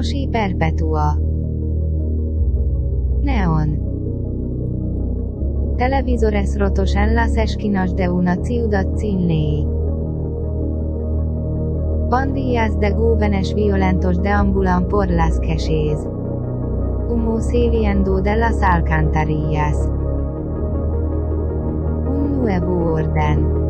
Moshi Perpetua. Neon. Televisores rotos en las esquinas de una ciudad sin ley. Pandillas de jóvenes violentos deambulan por las calles. Humo saliendo de las alcantarillas. Un nuevo orden.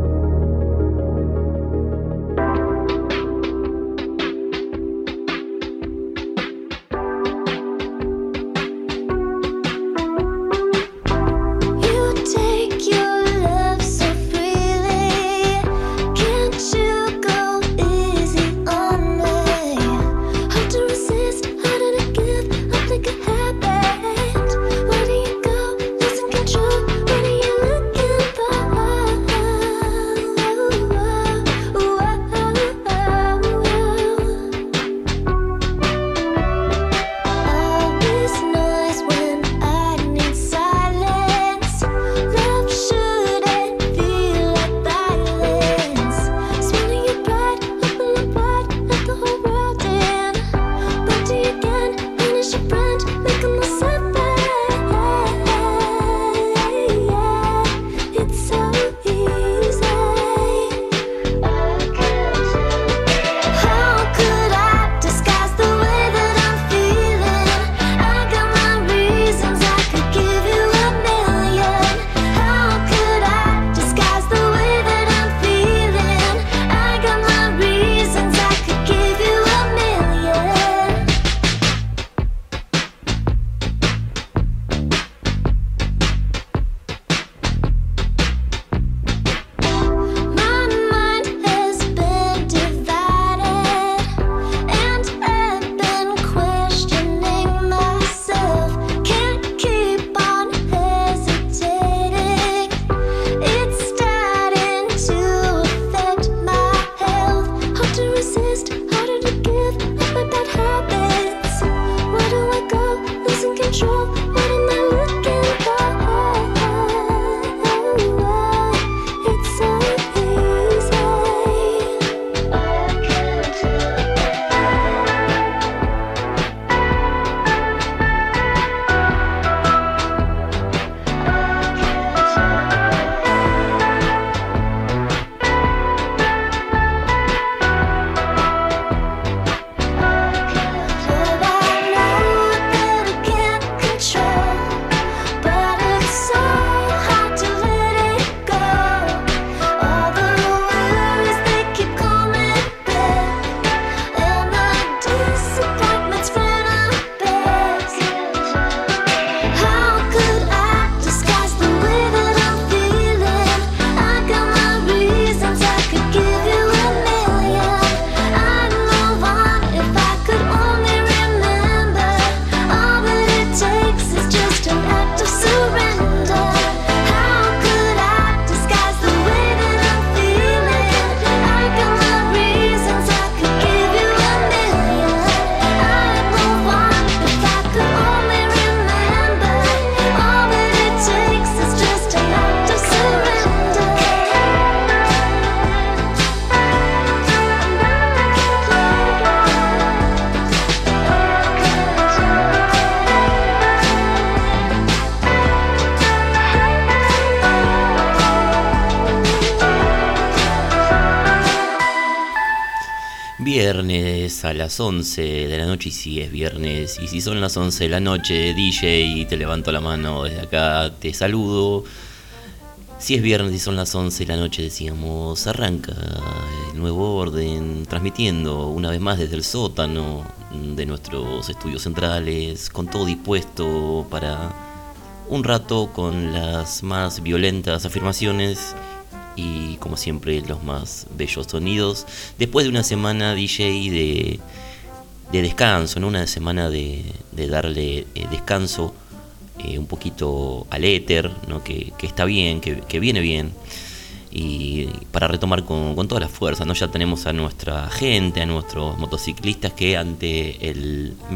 Viernes a las 11 de la noche, y si es viernes, y si son las 11 de la noche, DJ, te levanto la mano desde acá, te saludo. Si es viernes y son las 11 de la noche, decíamos, arranca el nuevo orden, transmitiendo una vez más desde el sótano de nuestros estudios centrales, con todo dispuesto para un rato con las más violentas afirmaciones y, como siempre, los más bellos sonidos. Después de una semana, DJ, de descanso, ¿no? Una semana de darle descanso un poquito al éter, ¿no? Que está bien, que viene bien, y para retomar con toda la fuerza, ¿no? Ya tenemos a nuestra gente, a nuestros motociclistas que ante la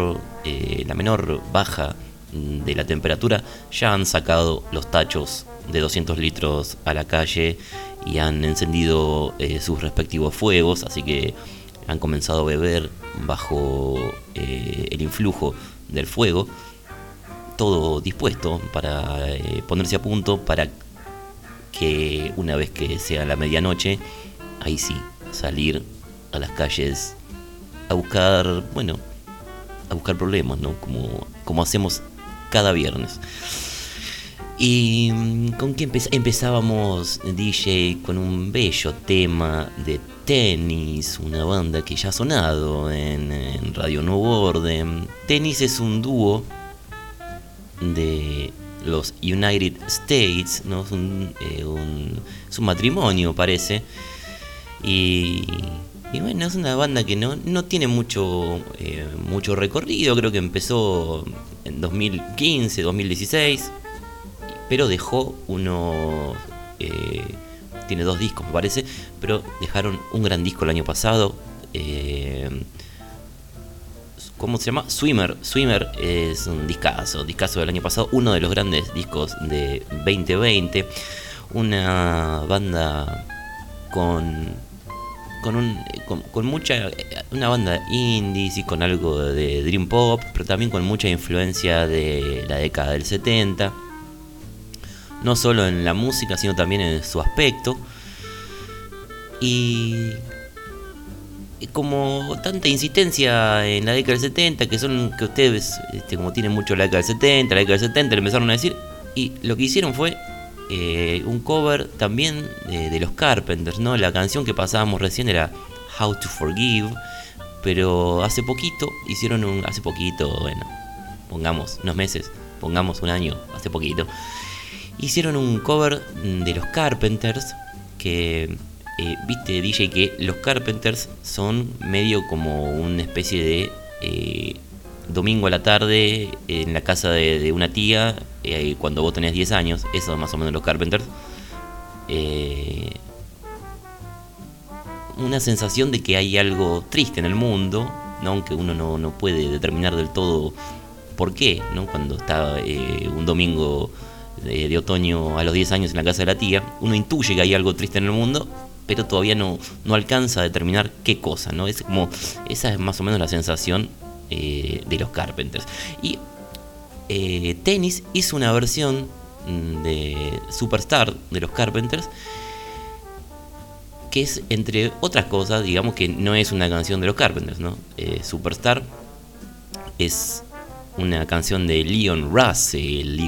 menor baja de la temperatura ya han sacado los tachos de 200 litros a la calle y han encendido sus respectivos fuegos, así que han comenzado a beber bajo el influjo del fuego, todo dispuesto para ponerse a punto para que una vez que sea la medianoche, ahí sí, salir a las calles a buscar, bueno, a buscar problemas, ¿no? Como hacemos cada viernes. ¿Y con qué empezábamos, DJ? Con un bello tema de Tennis, una banda que ya ha sonado en Radio Nuevo Orden. Tennis es un dúo de los United States, ¿no? Es un matrimonio, parece. Y bueno, es una banda que no tiene mucho recorrido. Creo que empezó en 2015, 2016, pero dejó tiene 2 discos, me parece, pero dejaron un gran disco el año pasado. ¿Cómo se llama? Swimmer es un discazo del año pasado, uno de los grandes discos de 2020. Una banda con mucha, una banda indie, sí, con algo de dream pop, pero también con mucha influencia de la década del 70, no solo en la música, sino también en su aspecto. Y como tanta insistencia en la década del 70, que ustedes, como tienen mucho la década del 70, le empezaron a decir, y lo que hicieron fue un cover también de los Carpenters, ¿no? La canción que pasábamos recién era How to Forgive, pero hace poquito, bueno, pongamos unos meses, pongamos un año, hace poquito, hicieron un cover de los Carpenters que... viste, DJ, que los Carpenters son medio como una especie de domingo a la tarde en la casa de una tía, cuando vos tenés 10 años. Eso es más o menos los Carpenters. Una sensación de que hay algo triste en el mundo, ¿no? Aunque uno no puede determinar del todo por qué, ¿no? Cuando está un domingo de otoño a los 10 años en la casa de la tía, uno intuye que hay algo triste en el mundo, pero todavía no alcanza a determinar qué cosa, ¿no? Esa es más o menos la sensación de los Carpenters. Y Tennis hizo una versión de Superstar de los Carpenters, que es, entre otras cosas, digamos que no es una canción de los Carpenters, ¿no? Superstar es una canción de Leon Russell,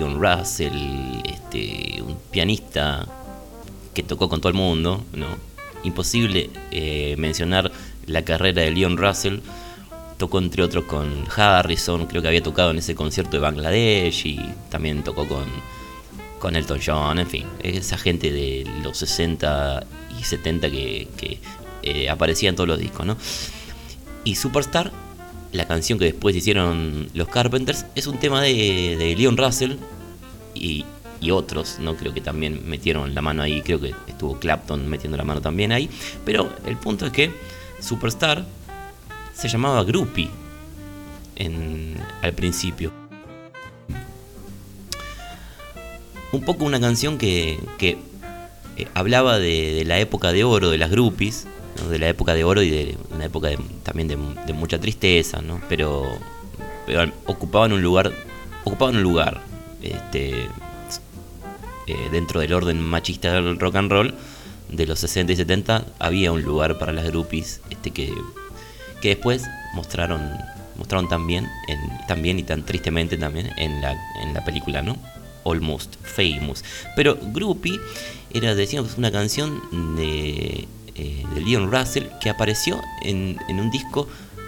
un pianista que tocó con todo el mundo, ¿no? Imposible mencionar la carrera de Leon Russell. Tocó entre otros con Harrison, creo que había tocado en ese concierto de Bangladesh, y también tocó con Elton John, en fin, esa gente de los 60 y 70 que aparecía en todos los discos, ¿no? Y Superstar, la canción que después hicieron los Carpenters, es un tema de Leon Russell y otros, ¿no? Creo que también metieron la mano ahí, creo que estuvo Clapton metiendo la mano también ahí, pero el punto es que Superstar se llamaba Groupie al principio. Un poco una canción que hablaba de la época de oro de las groupies, ¿no? De la época de oro y de una época también de mucha tristeza, ¿no? Pero ocupaban un lugar dentro del orden machista del rock and roll de los 60 y 70. Había un lugar para las groupies que después mostraron también y tan tristemente también en la película, ¿no? Almost Famous. Pero Groupie era, decíamos, una canción de Leon Russell que apareció en un disco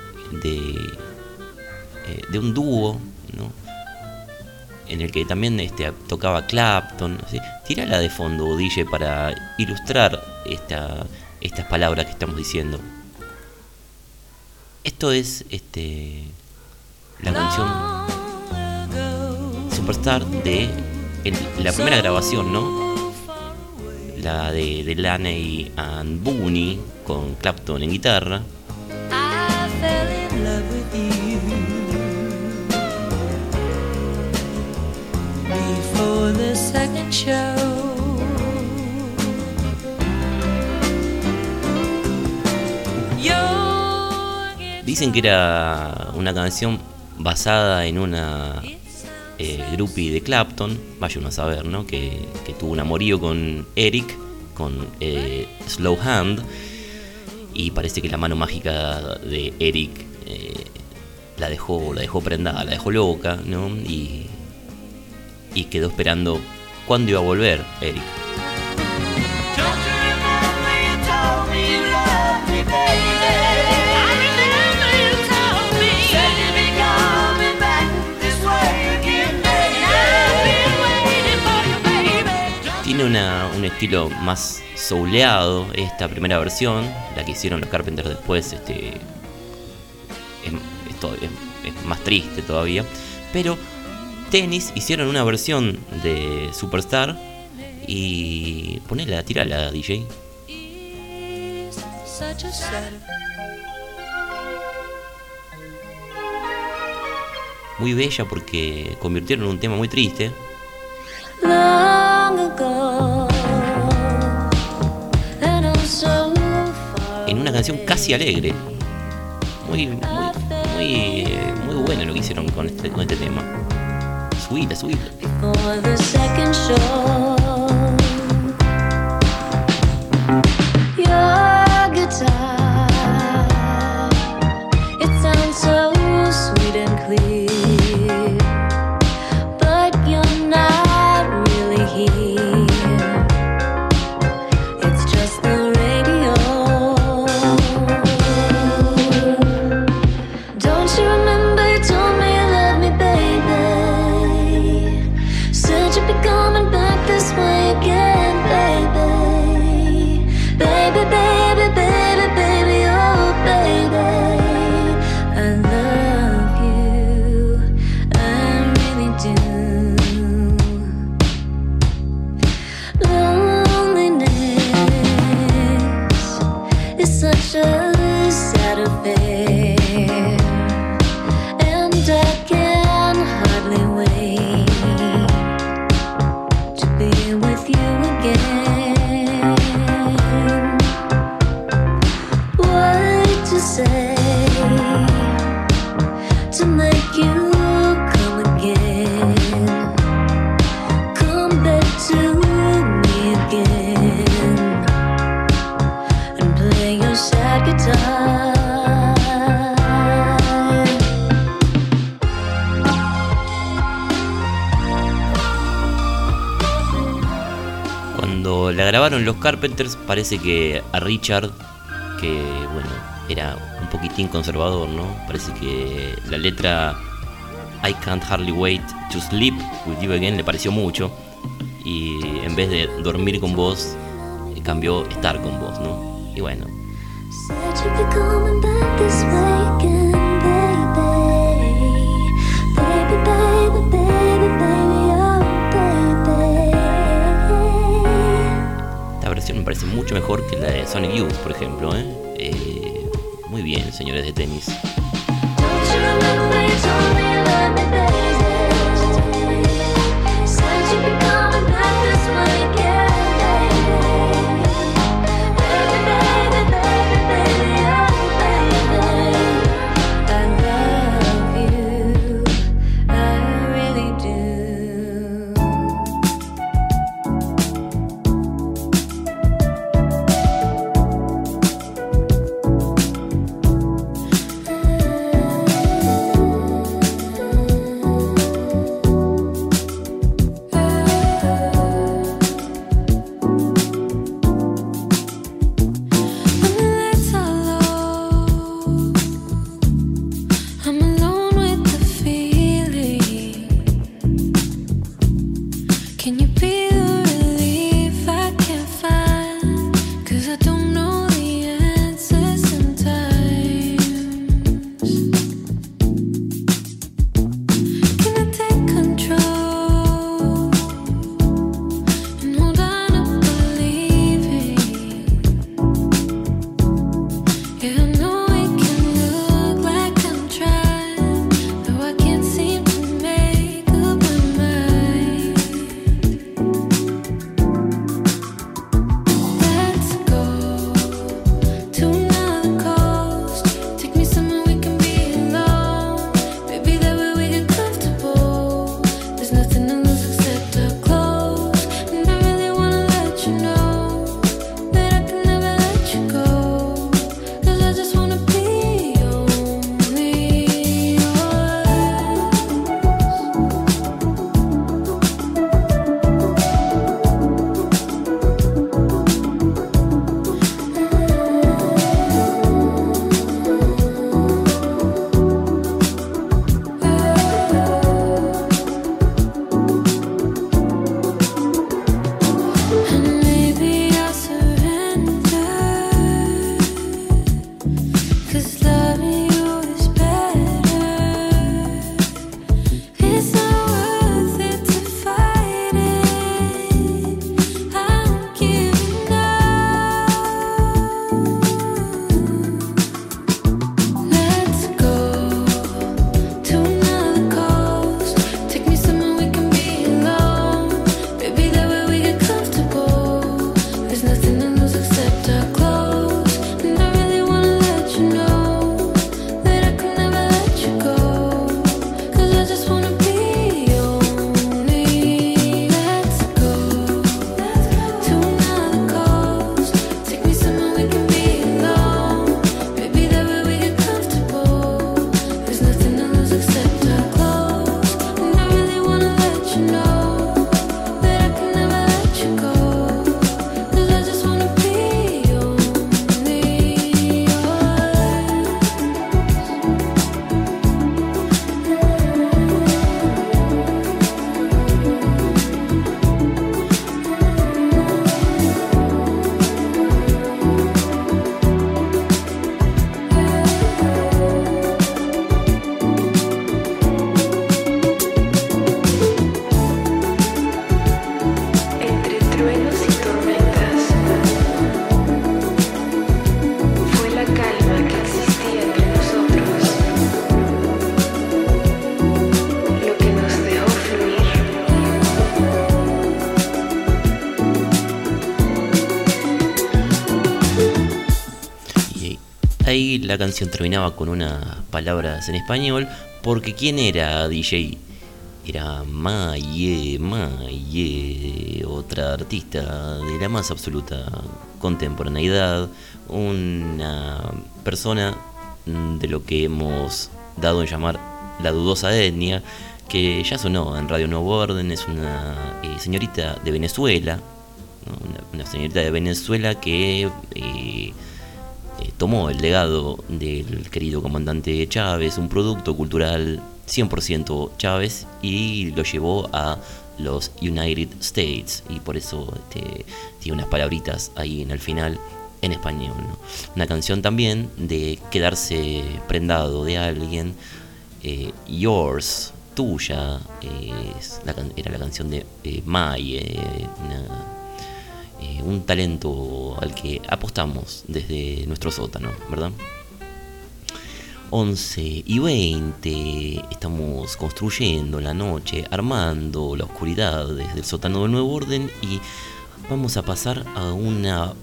de un dúo, ¿no? En el que también tocaba Clapton, ¿sí? Tírala de fondo, DJ, para ilustrar estas palabras que estamos diciendo. Esto es la canción Superstar de la primera grabación, ¿no? La de Laney and Boone con Clapton en guitarra. I fell in love with you before the second show. Your Dicen que era una canción basada en una groupie de Clapton, vaya uno a saber, ¿no? Que tuvo un amorío con Eric, con Slow Hand, y parece que la mano mágica de Eric la dejó prendada, la dejó loca, ¿no? Y quedó esperando cuándo iba a volver Eric. Tiene un estilo más souleado esta primera versión, la que hicieron los Carpenters después, es más triste todavía, pero Tennis hicieron una versión de Superstar y tirala, DJ. Muy bella porque convirtieron un tema muy triste en una canción casi alegre. Muy bueno lo que hicieron con este tema. Subila. Cuando la grabaron los Carpenters, parece que a Richard, que bueno, era un poquitín conservador, ¿no? Parece que la letra I can't hardly wait to sleep with you again le pareció mucho, y en vez de dormir con vos, cambió estar con vos, ¿no? Y bueno. Esta versión me parece mucho mejor que la de Sonic Youth, por ejemplo, muy bien, señores de Tennis. ahí la canción terminaba con unas palabras en español, porque ¿quién era DJ? Era Maye, otra artista de la más absoluta contemporaneidad, una persona de lo que hemos dado en llamar la dudosa etnia, que ya sonó en Radio Nuevo Orden. Es una señorita de Venezuela, ¿no? Una señorita de Venezuela que tomó el legado del querido comandante Chávez, un producto cultural 100% Chávez, y lo llevó a los United States, y por eso tiene unas palabritas ahí en el final en español, ¿no? Una canción también de quedarse prendado de alguien. Yours, tuya, era la canción de May, un talento al que apostamos desde nuestro sótano, ¿verdad? 11:20, estamos construyendo la noche, armando la oscuridad desde el sótano del Nuevo Orden, y vamos a pasar a una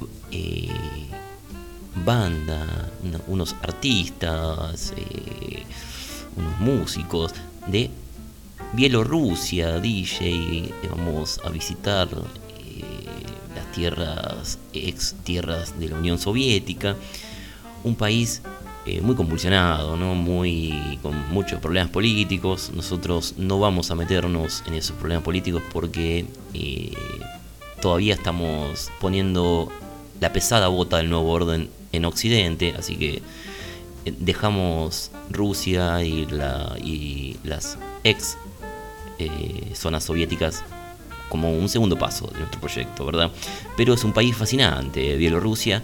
banda, unos artistas, unos músicos de Bielorrusia, DJ. Vamos a visitar las ex tierras de la Unión Soviética, un país muy convulsionado, ¿no? Con muchos problemas políticos. Nosotros no vamos a meternos en esos problemas políticos porque todavía estamos poniendo la pesada bota del nuevo orden en Occidente, así que dejamos Rusia y las ex zonas soviéticas como un segundo paso de nuestro proyecto, ¿verdad? Pero es un país fascinante, Bielorrusia.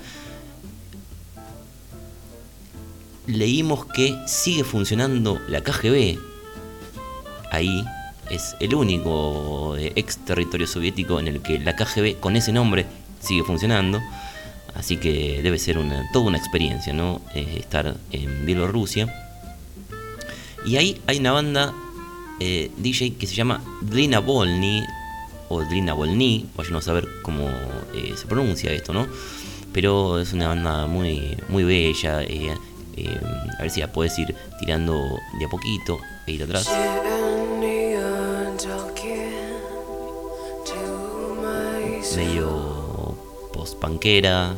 Leímos que sigue funcionando la KGB. Ahí es el único ex territorio soviético en el que la KGB con ese nombre sigue funcionando. Así que debe ser toda una experiencia, ¿no? Estar en Bielorrusia. Y ahí hay una banda DJ que se llama Dlina Volny, o Dlina Volny, vayan a saber cómo se pronuncia esto, ¿no? Pero es una banda muy, muy bella. A ver si la puedes ir tirando de a poquito e ir atrás. Medio post-punkera,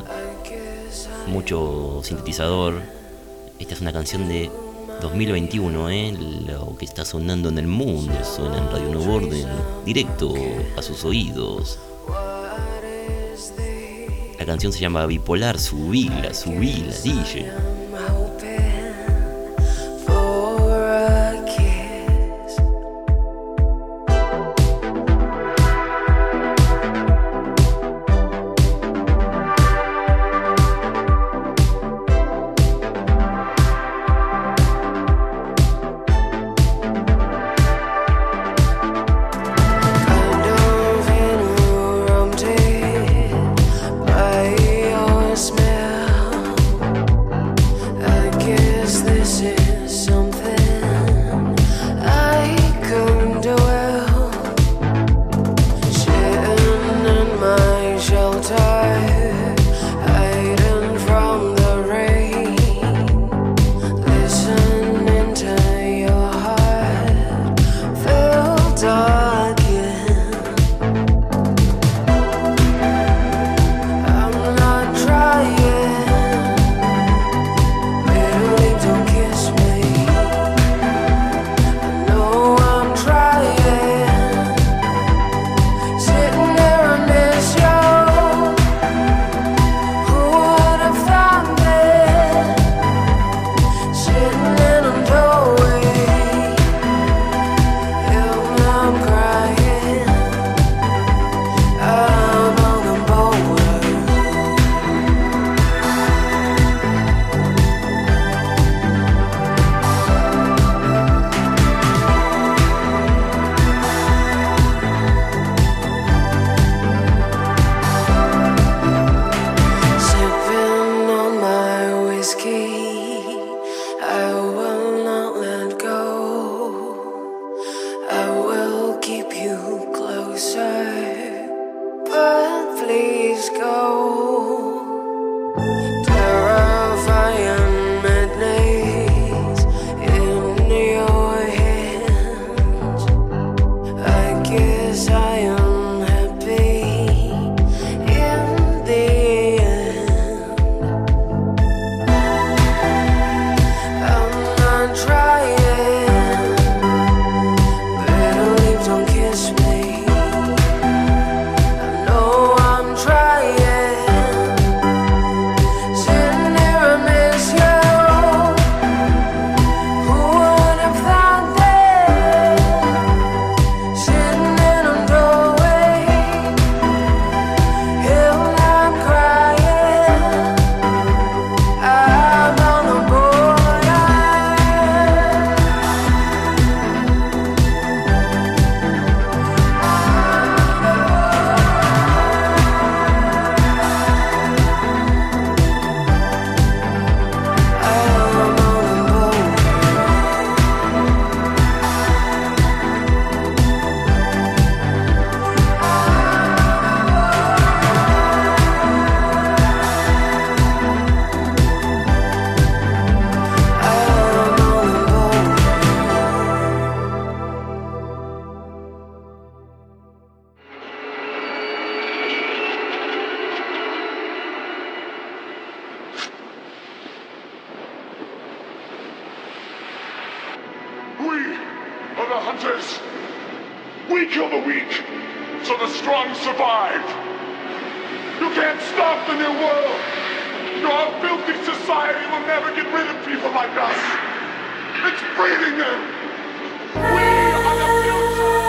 mucho sintetizador. Esta es una canción de 2021, lo que está sonando en el mundo suena en Radio Nuevo Orden, directo a sus oídos. La canción se llama Bipolar, subila, DJ. please go. Terrifying hunters. We kill the weak, so the strong survive. You can't stop the new world. Your filthy society will never get rid of people like us. It's breeding them. We are the future.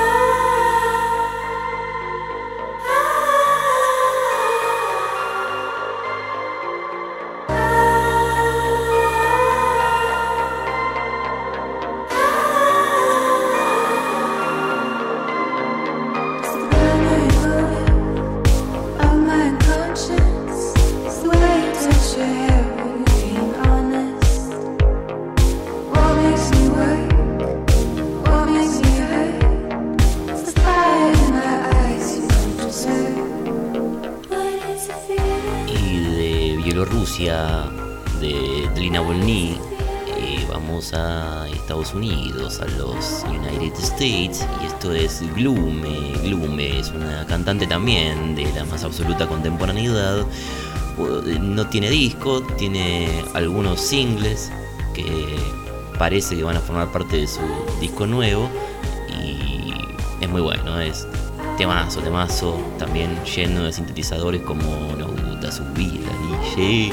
Bielorrusia de Lina Volny, vamos a Estados Unidos, a los United States, y esto es Glume. Glume es una cantante también de la más absoluta contemporaneidad. No tiene disco, tiene algunos singles que parece que van a formar parte de su disco nuevo, y es muy bueno, es temazo, también lleno de sintetizadores como nos gusta su vida, DJ.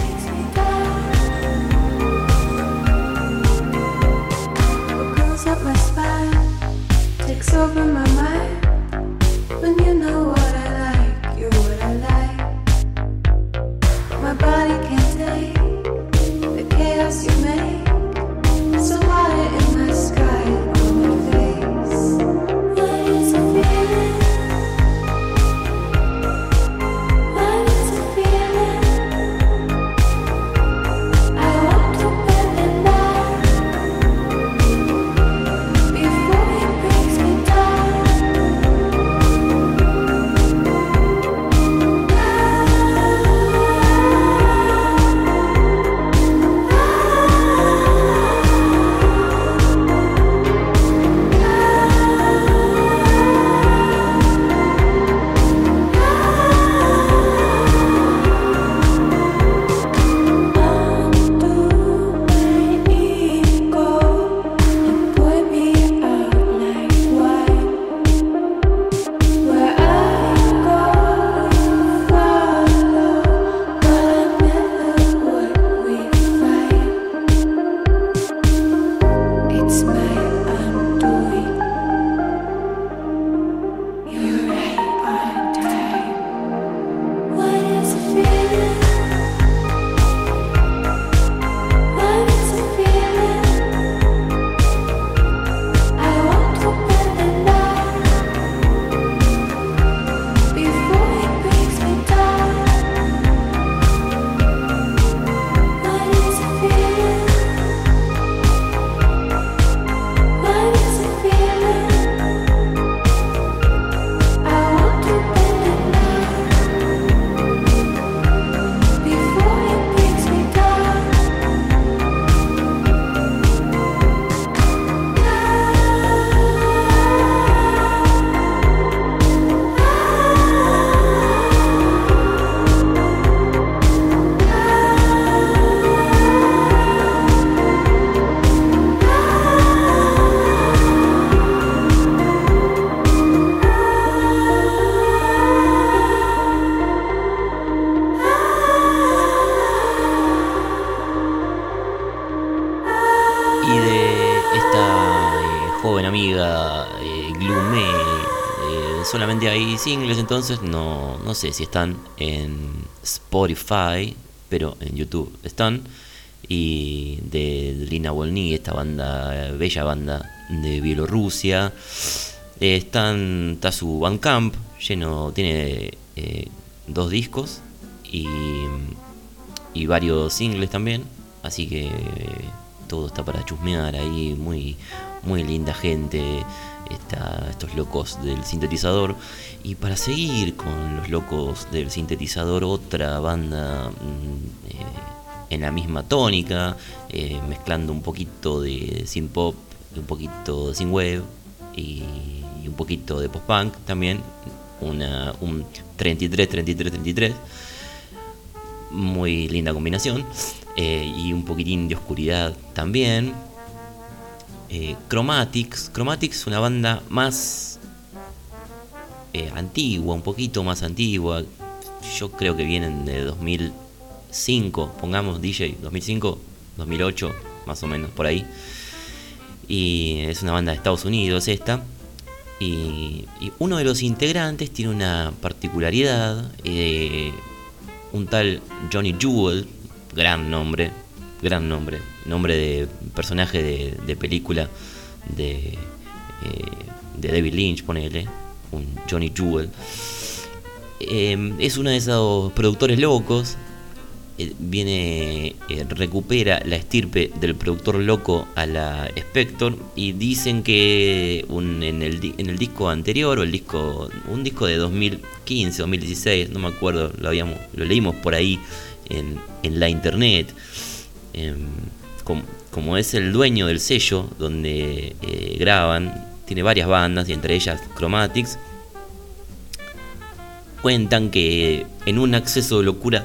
Solamente hay singles, entonces no sé si están en Spotify, pero en YouTube están. Y de Lina Volny, esta banda, bella banda de Bielorrusia, está su Bandcamp lleno, tiene 2 discos y varios singles también, así que todo está para chusmear ahí, muy linda gente. Estos locos del sintetizador. Y para seguir con los locos del sintetizador, otra banda en la misma tónica, mezclando un poquito de synth pop, un poquito de synthwave y un poquito de post punk también, un 33 muy linda combinación, y un poquitín de oscuridad también. Chromatics. Chromatics es una banda más antigua, un poquito más antigua. Yo creo que vienen de 2005, pongamos DJ, 2005, 2008, más o menos por ahí. Y es una banda de Estados Unidos esta. Y uno de los integrantes tiene una particularidad. Un tal Johnny Jewel, gran nombre, nombre de personaje de película de David Lynch, ponele, un Johnny Jewel. Es uno de esos productores locos. Recupera la estirpe del productor loco a la Spector, y dicen que en el disco anterior, o un disco de 2015, 2016, no me acuerdo, lo leímos por ahí en la internet. Como es el dueño del sello donde graban, tiene varias bandas y entre ellas Chromatics. Cuentan que en un acceso de locura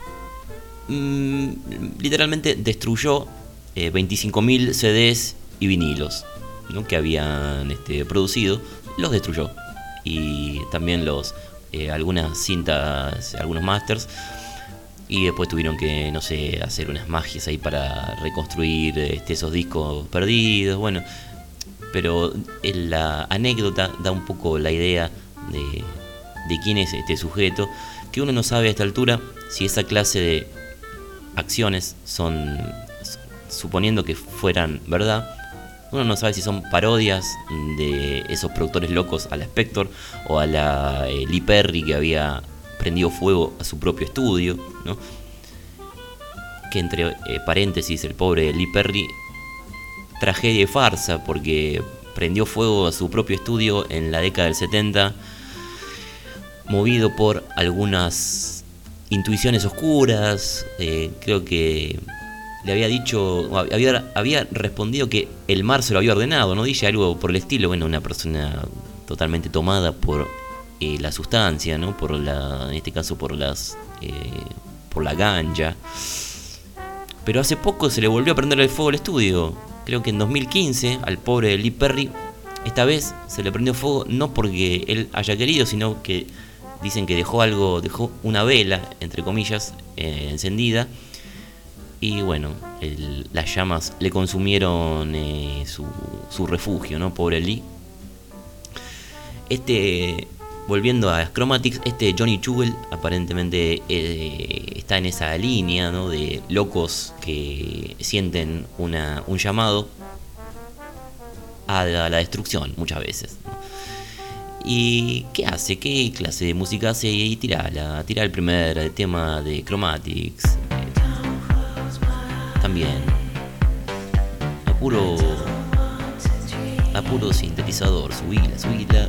literalmente destruyó 25.000 CDs y vinilos, ¿no?, que habían producido. Los destruyó, y también algunas cintas, algunos masters, y después tuvieron que, no sé, hacer unas magias ahí para reconstruir esos discos perdidos. Bueno, pero la anécdota da un poco la idea de quién es este sujeto, que uno no sabe a esta altura si esa clase de acciones son, suponiendo que fueran verdad, uno no sabe si son parodias de esos productores locos a la Spector o a la Lee Perry, que había prendido fuego a su propio estudio, ¿no? Que entre paréntesis, el pobre Lee Perry, tragedia y farsa, porque prendió fuego a su propio estudio en la década del 70, movido por algunas intuiciones oscuras. Creo que le había dicho, había respondido que el mar se lo había ordenado, ¿no? Dice algo por el estilo. Bueno, una persona totalmente tomada por la sustancia, ¿no? En este caso por la ganja. Pero hace poco se le volvió a prender el fuego al estudio. Creo que en 2015 al pobre Lee Perry, esta vez se le prendió fuego no porque él haya querido, sino que dicen que dejó una vela, entre comillas, encendida, y bueno, las llamas le consumieron su refugio, ¿no? Pobre Lee. Volviendo a Chromatics, Johnny Jewel aparentemente está en esa línea, ¿no?, de locos que sienten un llamado a la destrucción muchas veces, ¿no? ¿Y qué hace? ¿Qué clase de música hace? Y tira el primer tema de Chromatics. También a puro sintetizador, subila.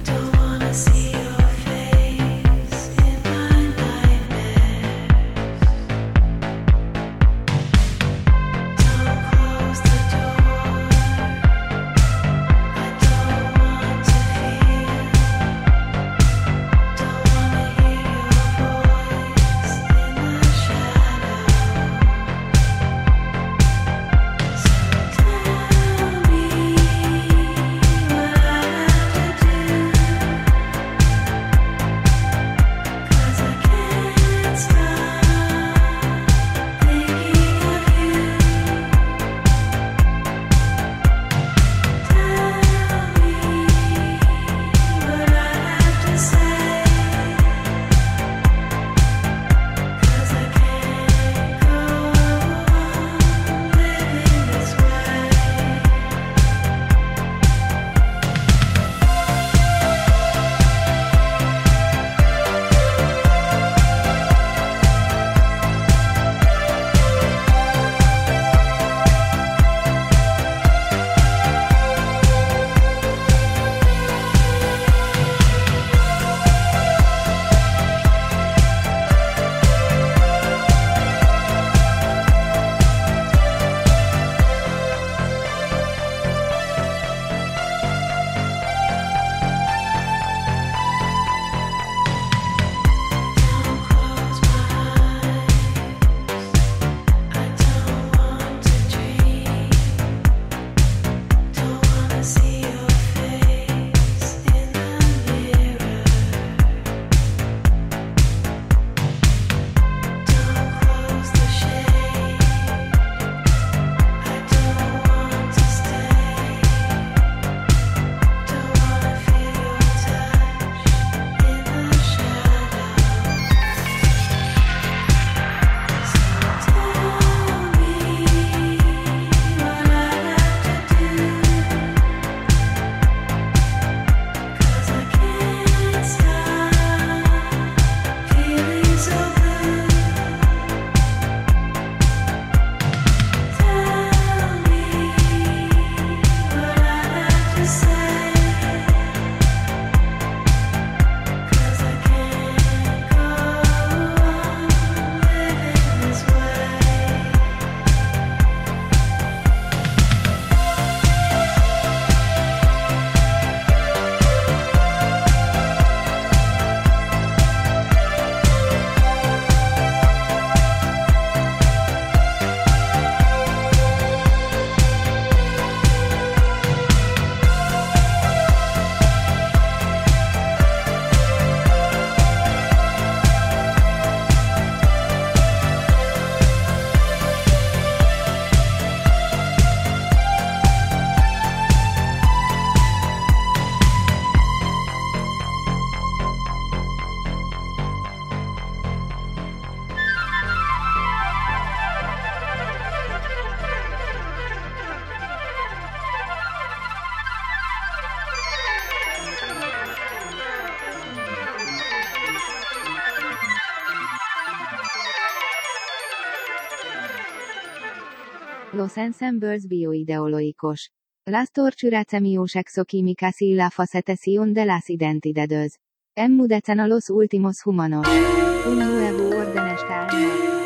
Los ensembles bioideoloicos. Las torturaciones exoquímicas y la facetación de las identidades. Emmudecen a los últimos humanos. Un nuevo orden está en marcha.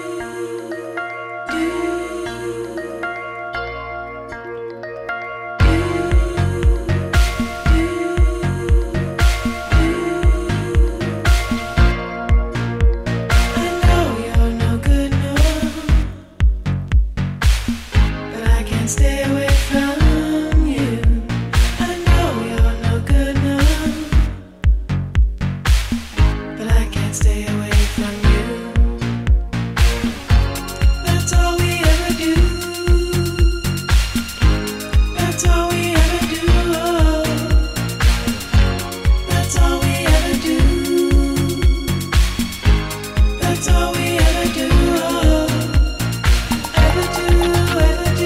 Stay away from you. I know you're no good enough, but I can't stay away from you. That's all we ever do. That's all we ever do. Oh, that's all we ever do. That's all we ever do. Oh, ever do, ever do.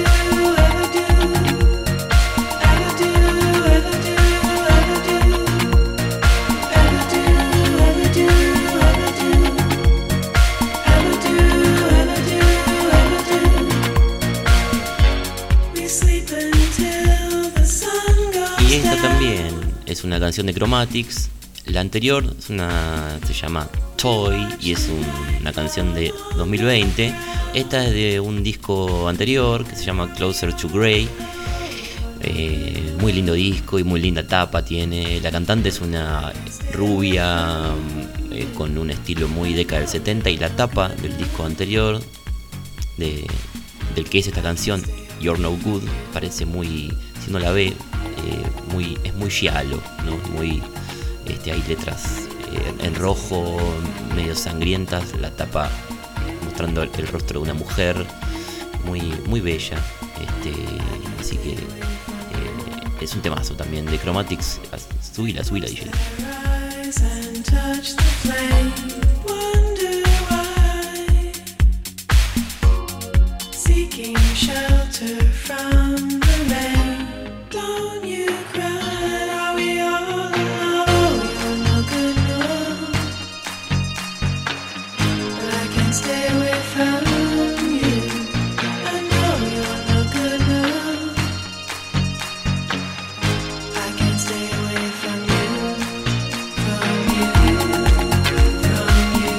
Y esta también es una canción de Chromatics. La anterior se llama Toy y es una canción de 2020. Esta es de un disco anterior que se llama Closer to Grey. Muy lindo disco y muy linda tapa tiene. La cantante es una rubia con un estilo muy década del 70, y la tapa del disco anterior del que es esta canción, You're No Good, parece muy, si no la ve, es muy giallo, ¿no? Muy, hay letras en rojo, medio sangrientas, la tapa mostrando el rostro de una mujer, muy, muy bella, así que es un temazo también de Chromatics. Subila, DJ. Shelter from the rain. Don't you cry, are we all alone? You're no good enough, but I can't stay away from you. I know you're no good enough, I can't stay away from you, from you, from you.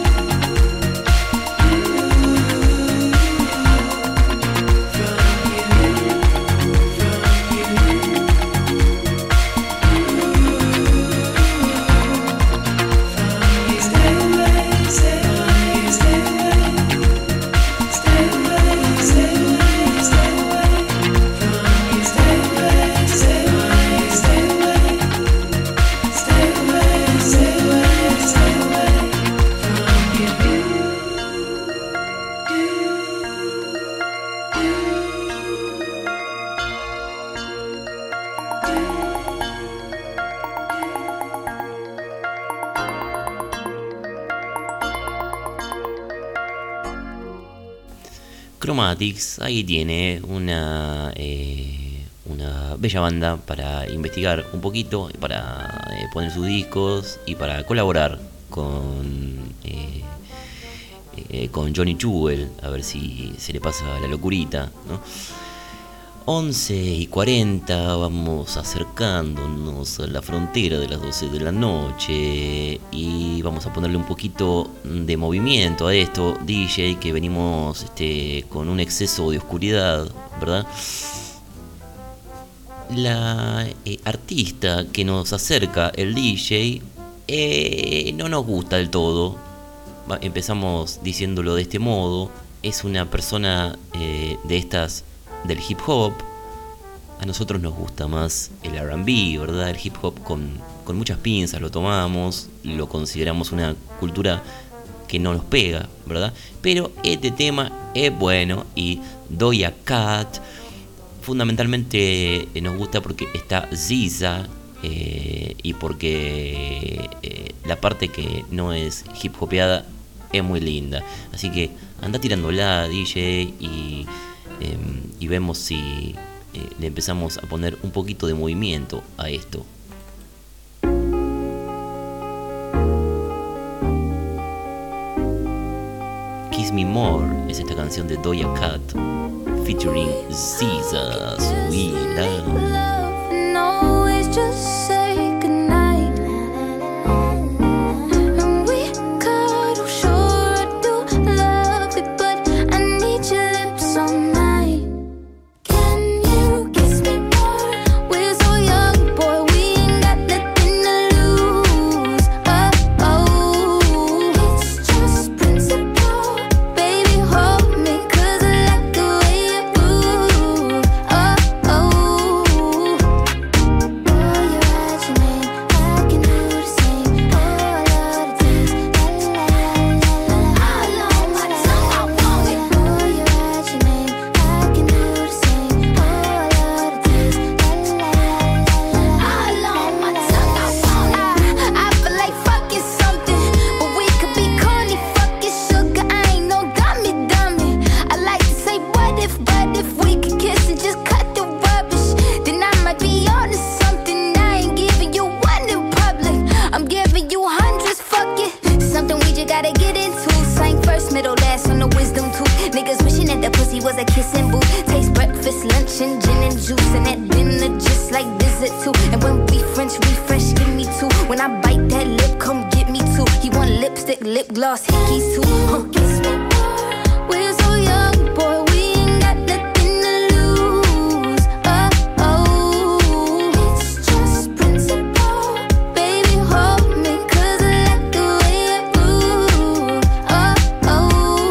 Chromatics ahí tiene una bella banda para investigar un poquito, para poner sus discos y para colaborar con Johnny Jewel, a ver si se le pasa la locurita, ¿no? 11:40, vamos acercándonos a la frontera de las 12 de la noche y vamos a ponerle un poquito de movimiento a esto, DJ, que venimos con un exceso de oscuridad, ¿verdad? La artista que nos acerca el DJ no nos gusta del todo. Empezamos diciéndolo de este modo. Es una persona de estas del hip hop. A nosotros nos gusta más el R&B, ¿verdad? El hip hop con muchas pinzas lo tomamos, lo consideramos una cultura que no nos pega, ¿verdad? Pero este tema es bueno, y Doja Cat fundamentalmente nos gusta porque está SZA, y porque la parte que no es hip hopeada es muy linda. Así que anda tirándola, DJ, y vemos si le empezamos a poner un poquito de movimiento a esto. Kiss Me More es esta canción de Doja Cat featuring SZA, Sweet Love. Love and always just say goodnight. And we cuddle, sure I do love it, but I need your lips all night. Can you kiss me more? We're so young, boy, we ain't got nothing to lose. Oh, oh, it's just principle. Baby, hold me, 'cause I like the way you move. Oh, oh. Boy, you write your name, I can do the same. Oh, I love the taste. La, la, la, la, la, la. All on my tongue, I want it. Boy, you write your name, I can do the same. Oh, I love the taste. La, la, la, la, la. All on my tongue, I want it. I feel like fucking something, but we could be corny, fucking sugar. I ain't no dummy, dummy. I like to say what if, but if we could kiss and just cut the rubbish, then I might be on to something. I ain't giving you one in public, I'm giving you hundreds, fuck it. Something we just gotta get into. Sang first, middle, last on the wisdom tooth. Niggas wishing that the pussy was a kissing booth. Taste breakfast, lunch, and gin and juice, and at dinner just like dessert too. And when we French refresh, give me two. When I bite that lip, come get me two. He want lipstick, lip gloss, hickeys too. Kiss me more. We're so young, boy, we ain't got nothing to lose. Oh, oh, it's just principle. Baby, hold me, 'cause I like the way you move. Oh, oh.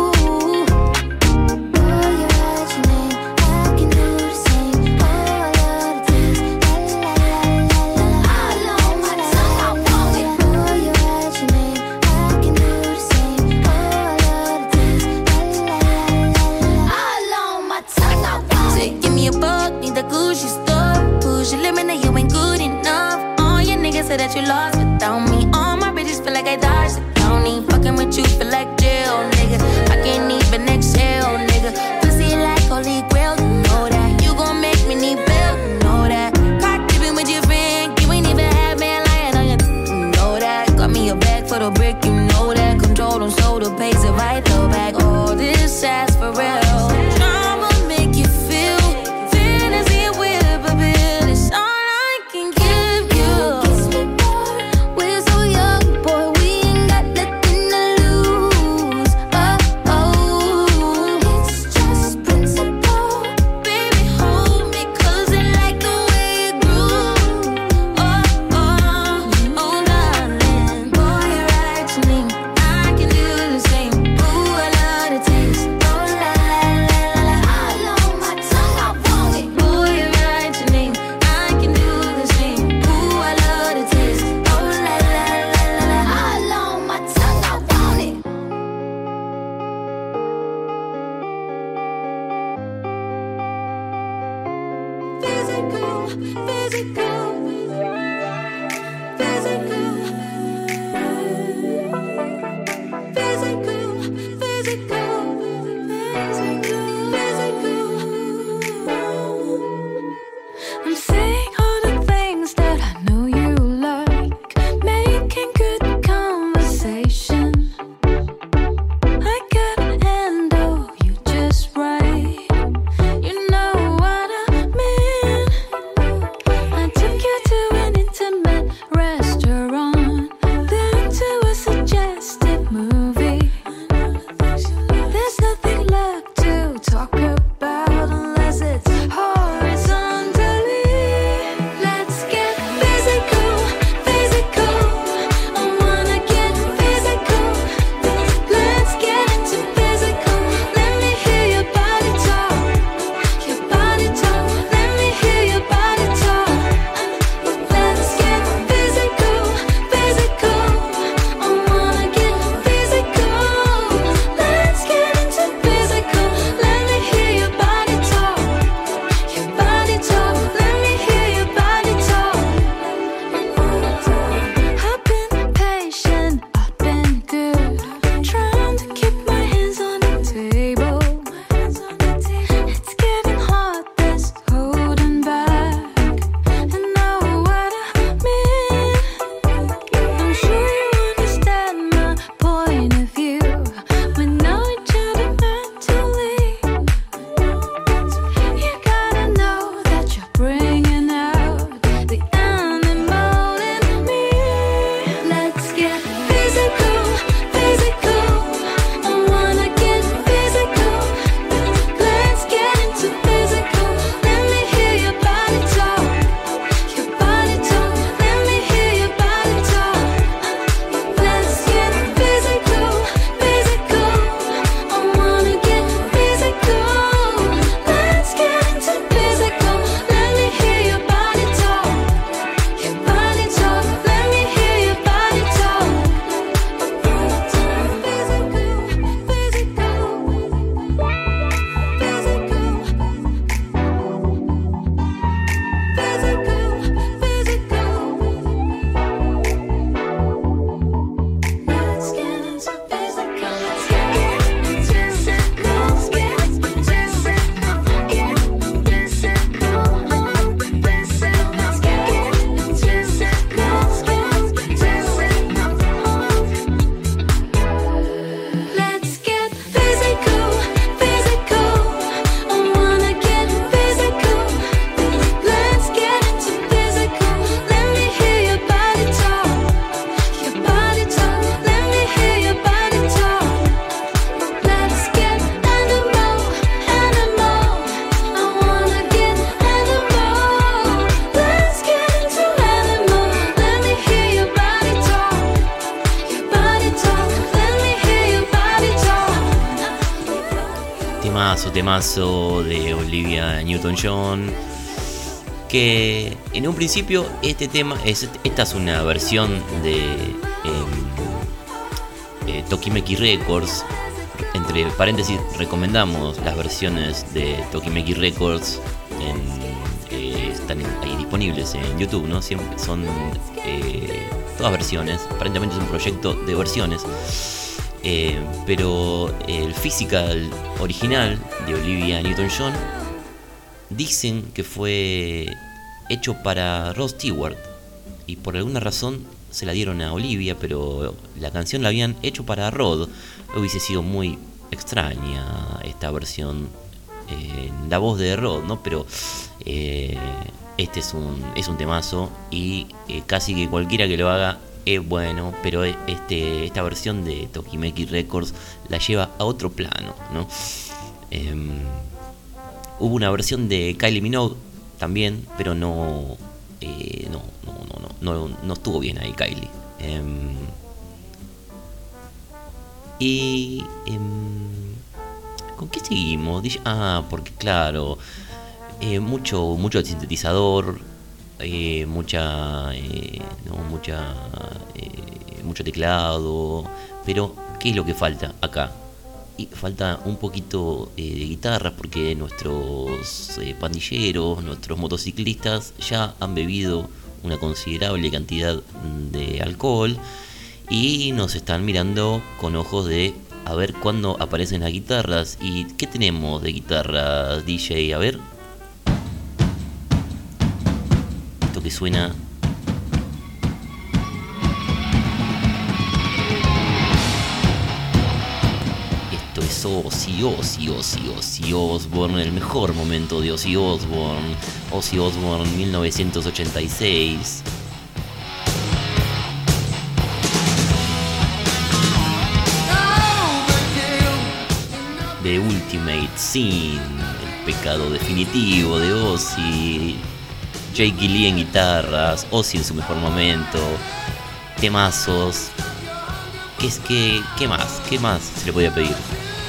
Boy, you write your name, I can do the same. Oh, I love the taste. La, la, la, la, la, la. All on my tongue, I want it. Boy, you write your name, I can do the same. Oh, I love the taste. La, la, la, la, la. All on my tongue, I want it. Say, give me a buck, need the Gucci store. Push your limit, now you ain't good enough. All your niggas say that you lost without me. All my bitches feel like I dodged the county. Fucking with you feel like jail, nigga. I can't even exhale, nigga. Pussy like holy grail, you know that. You gon' make me need bail, you know that. Cock dipping with your friend, you ain't even have man lying on you, you know that. Got me a bag for the brick, you know that. Control them soda, pays it right though back. All this ass for real. Drama make you feel fantasy with a bill. It's all I can give you. Kiss me more. We're so young, boy, we ain't got nothing to lose. Oh, oh, it's just principle. Baby, hold me, 'cause I like the way you groove. Oh, oh, oh, darling. Boy, you write your name, I can do the same. Ooh, I love the taste. Oh, la, la, la, la, la. All on my tongue, I want it. Boy, you write your name, I can do the same. Ooh, I love the taste. Oh, la, la, la, la, la. All on my tongue, I want it. Physical, physical, physical, physical, physical, physical. I'm saying all the things that I know you like, making good conversation. I can't handle you just right. You know what I mean. I took you to an intimate restaurant, then to a suggestive movie. temazo de Olivia Newton-John. Que en un principio esta es una versión de Tokimeki Records. Entre paréntesis, recomendamos las versiones de Tokimeki Records. Están ahí disponibles en YouTube, ¿no? Siempre son todas versiones. Aparentemente es un proyecto de versiones. Pero el physical original de Olivia Newton-John dicen que fue hecho para Rod Stewart y por alguna razón se la dieron a Olivia, pero la canción la habían hecho para Rod. Hubiese sido muy extraña esta versión en la voz de Rod, ¿no? Pero este es un temazo y casi que cualquiera que lo haga es bueno, pero esta versión de Tokimeki Records la lleva a otro plano, ¿no? Hubo una versión de Kylie Minogue también, pero no estuvo bien ahí Kylie. ¿Con qué seguimos? Porque claro, mucho sintetizador, mucho teclado, pero ¿qué es lo que falta acá? Y falta un poquito de guitarras, porque nuestros pandilleros, nuestros motociclistas ya han bebido una considerable cantidad de alcohol y nos están mirando con ojos de a ver cuándo aparecen las guitarras. ¿Y qué tenemos de guitarras, DJ? A ver. Esto que suena... es Ozzy Osbourne, el mejor momento de Ozzy Osbourne 1986. The Ultimate Sin, el pecado definitivo de Ozzy. Jake Gilly en guitarras, Ozzy en su mejor momento, temazos. ¿Qué más se le podía pedir?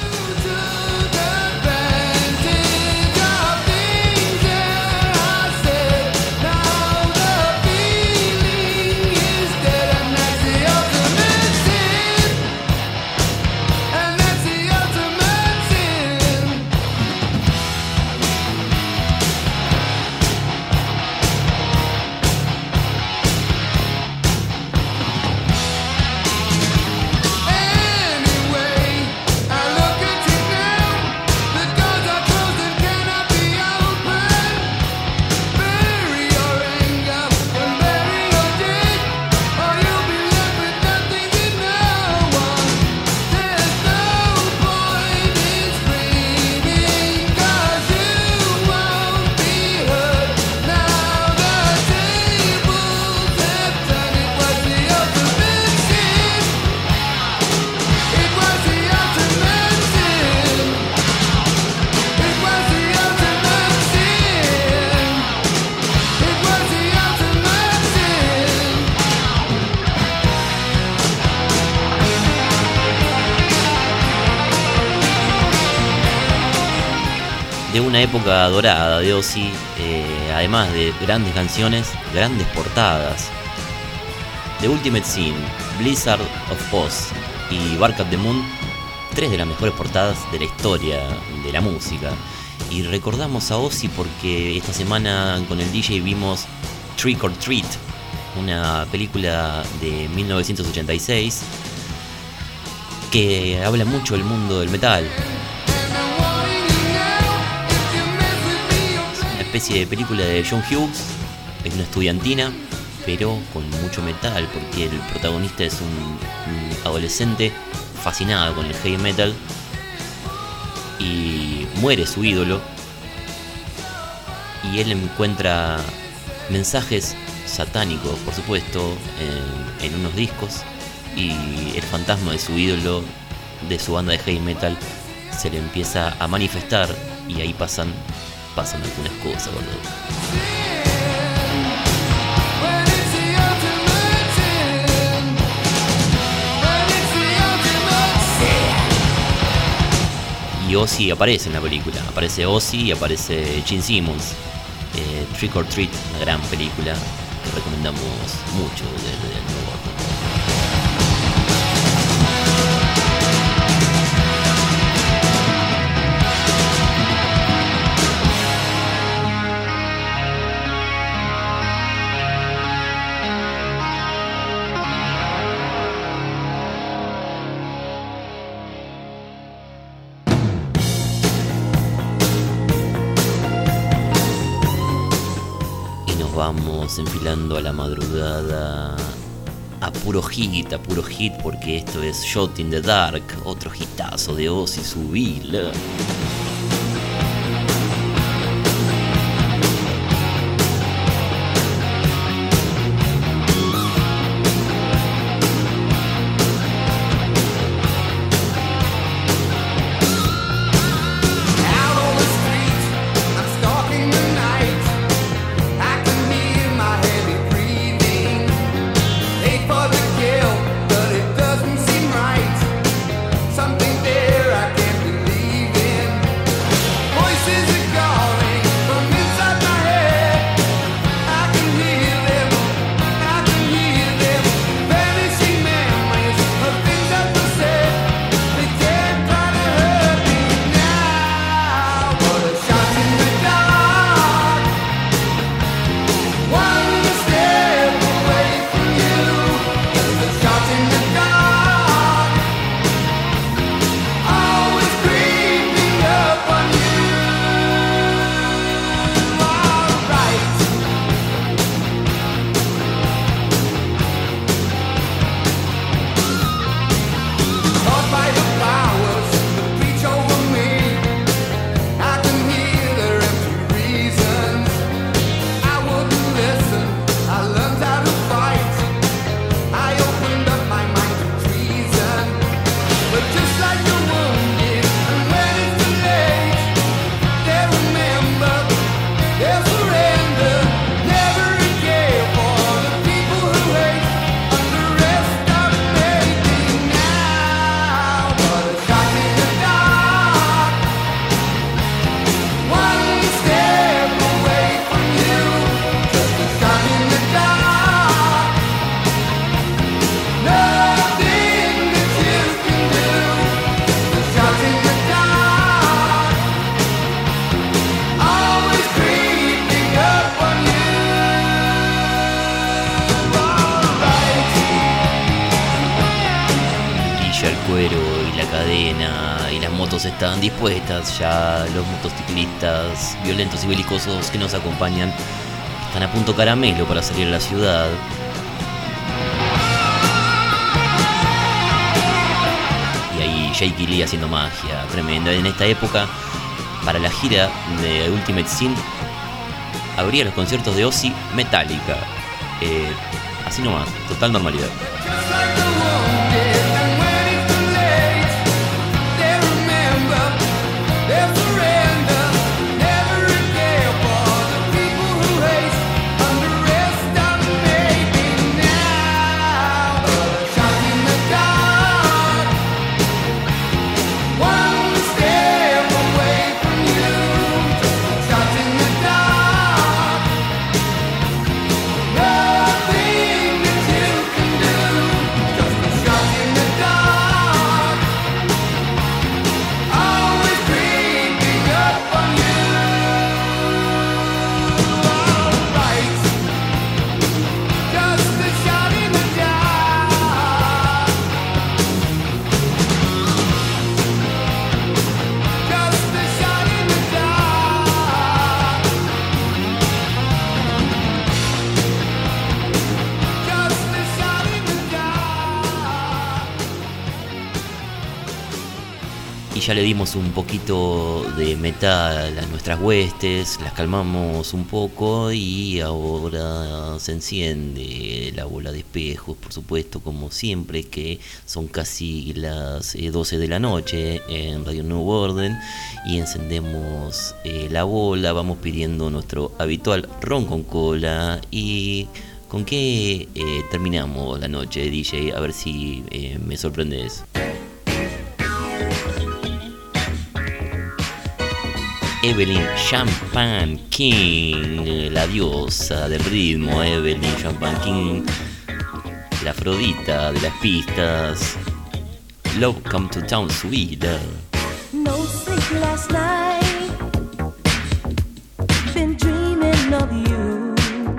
De una época dorada de Ozzy, además de grandes canciones, grandes portadas. The Ultimate Sin, Blizzard of Oz y Bark at the Moon, tres de las mejores portadas de la historia de la música. Y recordamos a Ozzy porque esta semana con el DJ vimos Trick or Treat, una película de 1986 que habla mucho del mundo del metal. Especie de película de John Hughes, es una estudiantina, pero con mucho metal, porque el protagonista es un adolescente fascinado con el heavy metal y muere su ídolo y él encuentra mensajes satánicos, por supuesto, en unos discos, y el fantasma de su ídolo, de su banda de heavy metal, se le empieza a manifestar y ahí pasan algunas cosas, boludo. Y Ozzy aparece en la película. Aparece Ozzy y aparece Gene Simmons. Trick or Treat, una gran película que recomendamos mucho desde el Nuevo Orden. Vamos enfilando a la madrugada a puro hit, porque esto es Shot in the Dark, otro hitazo de Ozzy, subila. Something there I can't believe in. cadena y las motos están dispuestas. Ya los motociclistas violentos y belicosos que nos acompañan están a punto caramelo para salir a la ciudad. Y ahí Jake Lee haciendo magia tremenda. En esta época, para la gira de Ultimate Sin, abría los conciertos de Ozzy Metallica. Así nomás, total normalidad. Ya le dimos un poquito de metal a nuestras huestes, las calmamos un poco y ahora se enciende la bola de espejos, por supuesto, como siempre, que son casi las 12 de la noche en Radio Nuevo Orden, y encendemos la bola. Vamos pidiendo nuestro habitual ron con cola. ¿Y con qué terminamos la noche, DJ? A ver si me sorprendes. Evelyn Champagne King, la diosa del ritmo, Evelyn Champagne King, la Afrodita de las pistas. Love Come to Town, Sweet Love. No sleep last night. Been dreaming of you.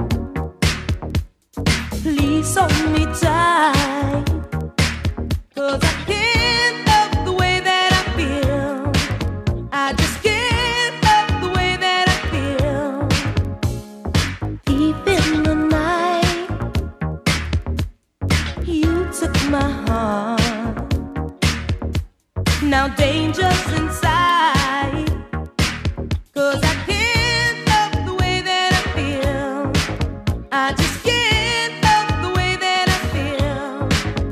Please hold me tight. 'Cause I can't love the way that I feel. I just can't love the way that I feel. Deep in the night, you took my heart. Now danger's inside. 'Cause I can't love the way that I feel. I just can't love the way that I feel.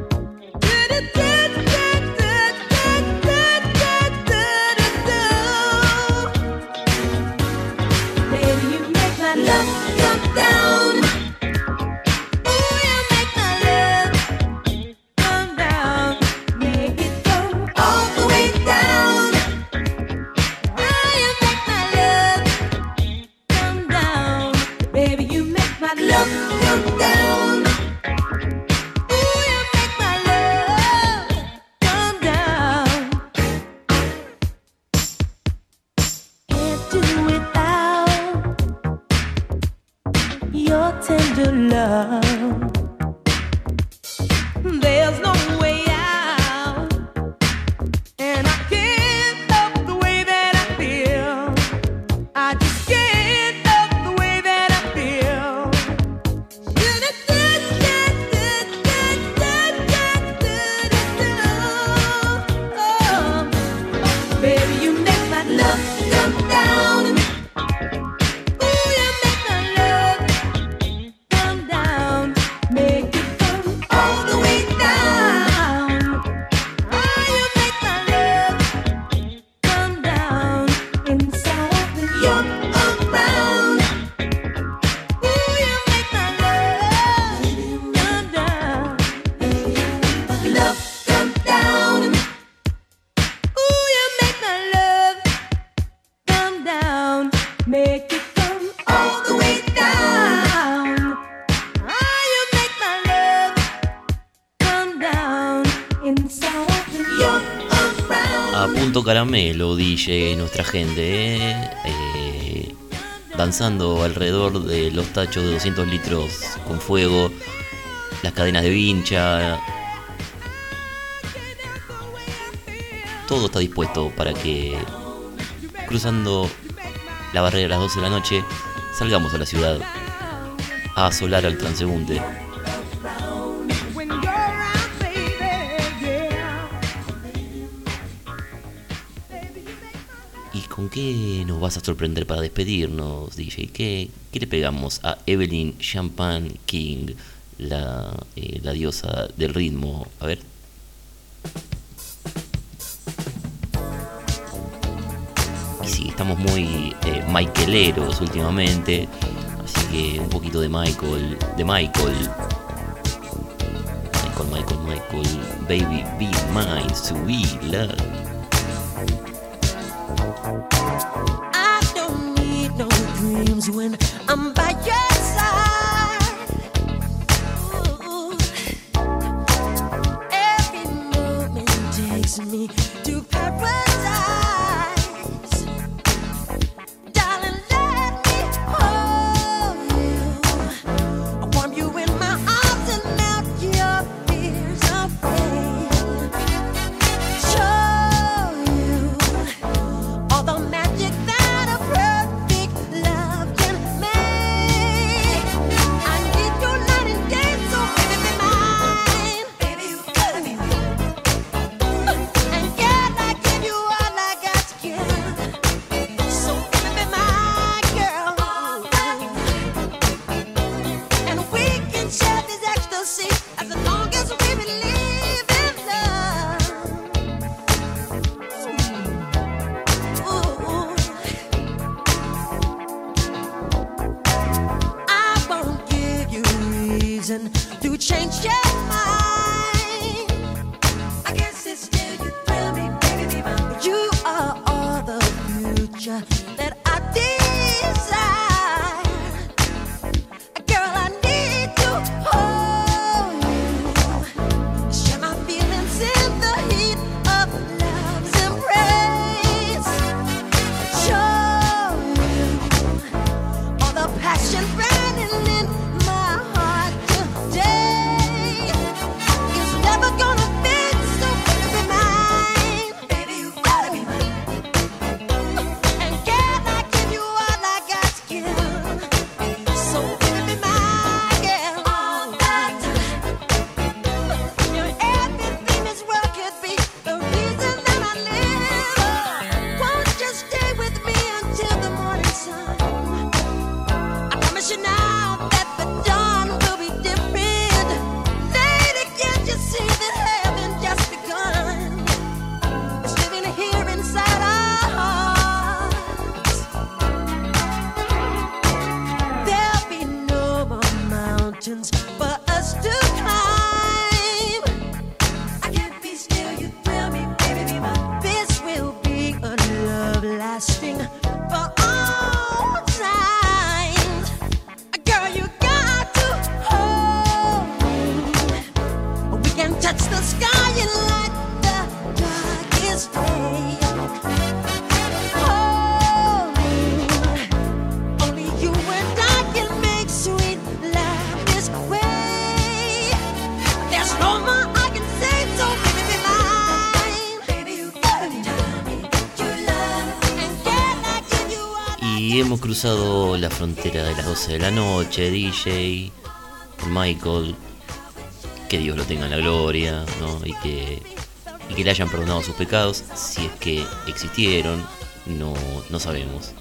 Baby, you make my love come down. Ooh, you make my love come down. Make it come all the way down. Ooh, you make my love come down. Baby, you make my love come down. Ooh, you make my love come down. Can't do without your tender love. There's no way out, and I can't love the way that I feel. I just can't love the way that I feel. Oh, baby, you make my love come down. Ooh, you make my love come down. Make it come all the way down. Oh, you make my love come down. Inside of you're around. Ooh, you make my love come down. Love come down. Ooh, you make my love come down. Make it come all the way down. Oh, you make my love come down. Inside of you're around. A punto caramelo, DJ, nuestra gente, danzando alrededor de los tachos de 200 litros con fuego, las cadenas de vincha. Todo está dispuesto para que, cruzando la barrera a las 12 de la noche, salgamos a la ciudad a asolar al transeúnte. When you're around, baby, yeah. ¿Y con qué nos vas a sorprender para despedirnos, DJ? ¿Qué le pegamos a Evelyn Champagne King, la diosa del ritmo? A ver. Y sí, estamos muy michaeleros últimamente, así que un poquito de Michael, Baby Be Mine, Sweet Love. I don't need no dreams when I'm by your side. Ooh. Every moment takes me to paradise. Darling, let me hold you. I warm you in my arms and melt your fears away. Show you all the magic that a perfect love can make. I need you night and day, so baby be mine. Baby, you gotta be mine. And can I give you all I Y hemos cruzado la frontera de las 12 de la noche, DJ, Michael, que Dios lo tenga en la gloria, ¿no? Y que le hayan perdonado sus pecados, si es que existieron, no sabemos,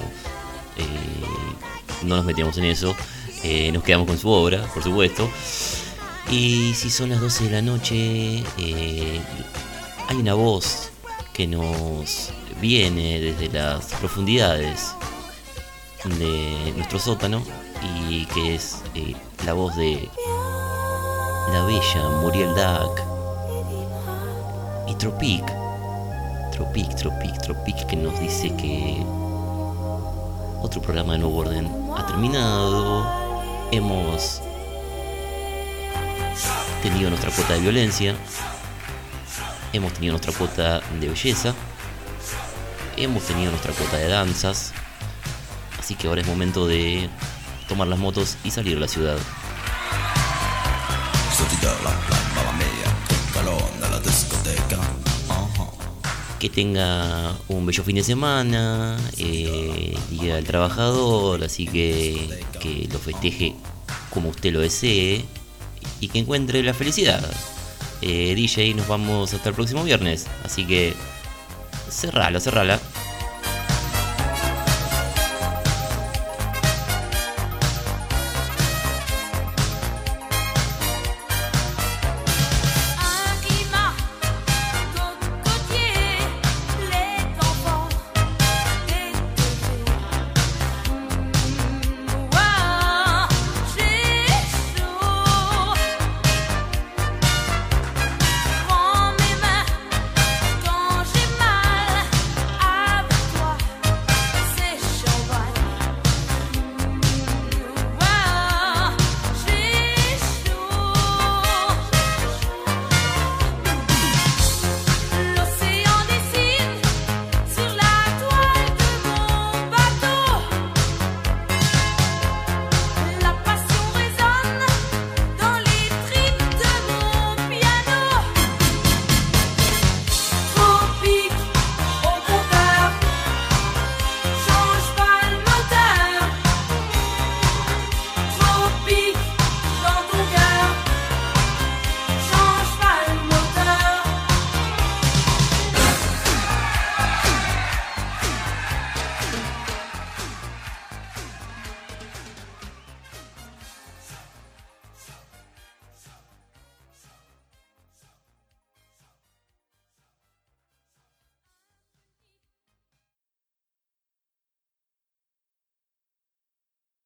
no nos metemos en eso, nos quedamos con su obra, por supuesto. Y si son las 12 de la noche, hay una voz que nos viene desde las profundidades de nuestro sótano y que es la voz de la bella Muriel Dac y Tropic, que nos dice que otro programa de Nuevo Orden ha terminado. Hemos tenido nuestra cuota de violencia, hemos tenido nuestra cuota de belleza, hemos tenido nuestra cuota de danzas, así que ahora es momento de tomar las motos y salir de la ciudad. Que tenga un bello fin de semana, Día del Trabajador, así que lo festeje como usted lo desee y que encuentre la felicidad. DJ, nos vamos hasta el próximo viernes, así que cerrala.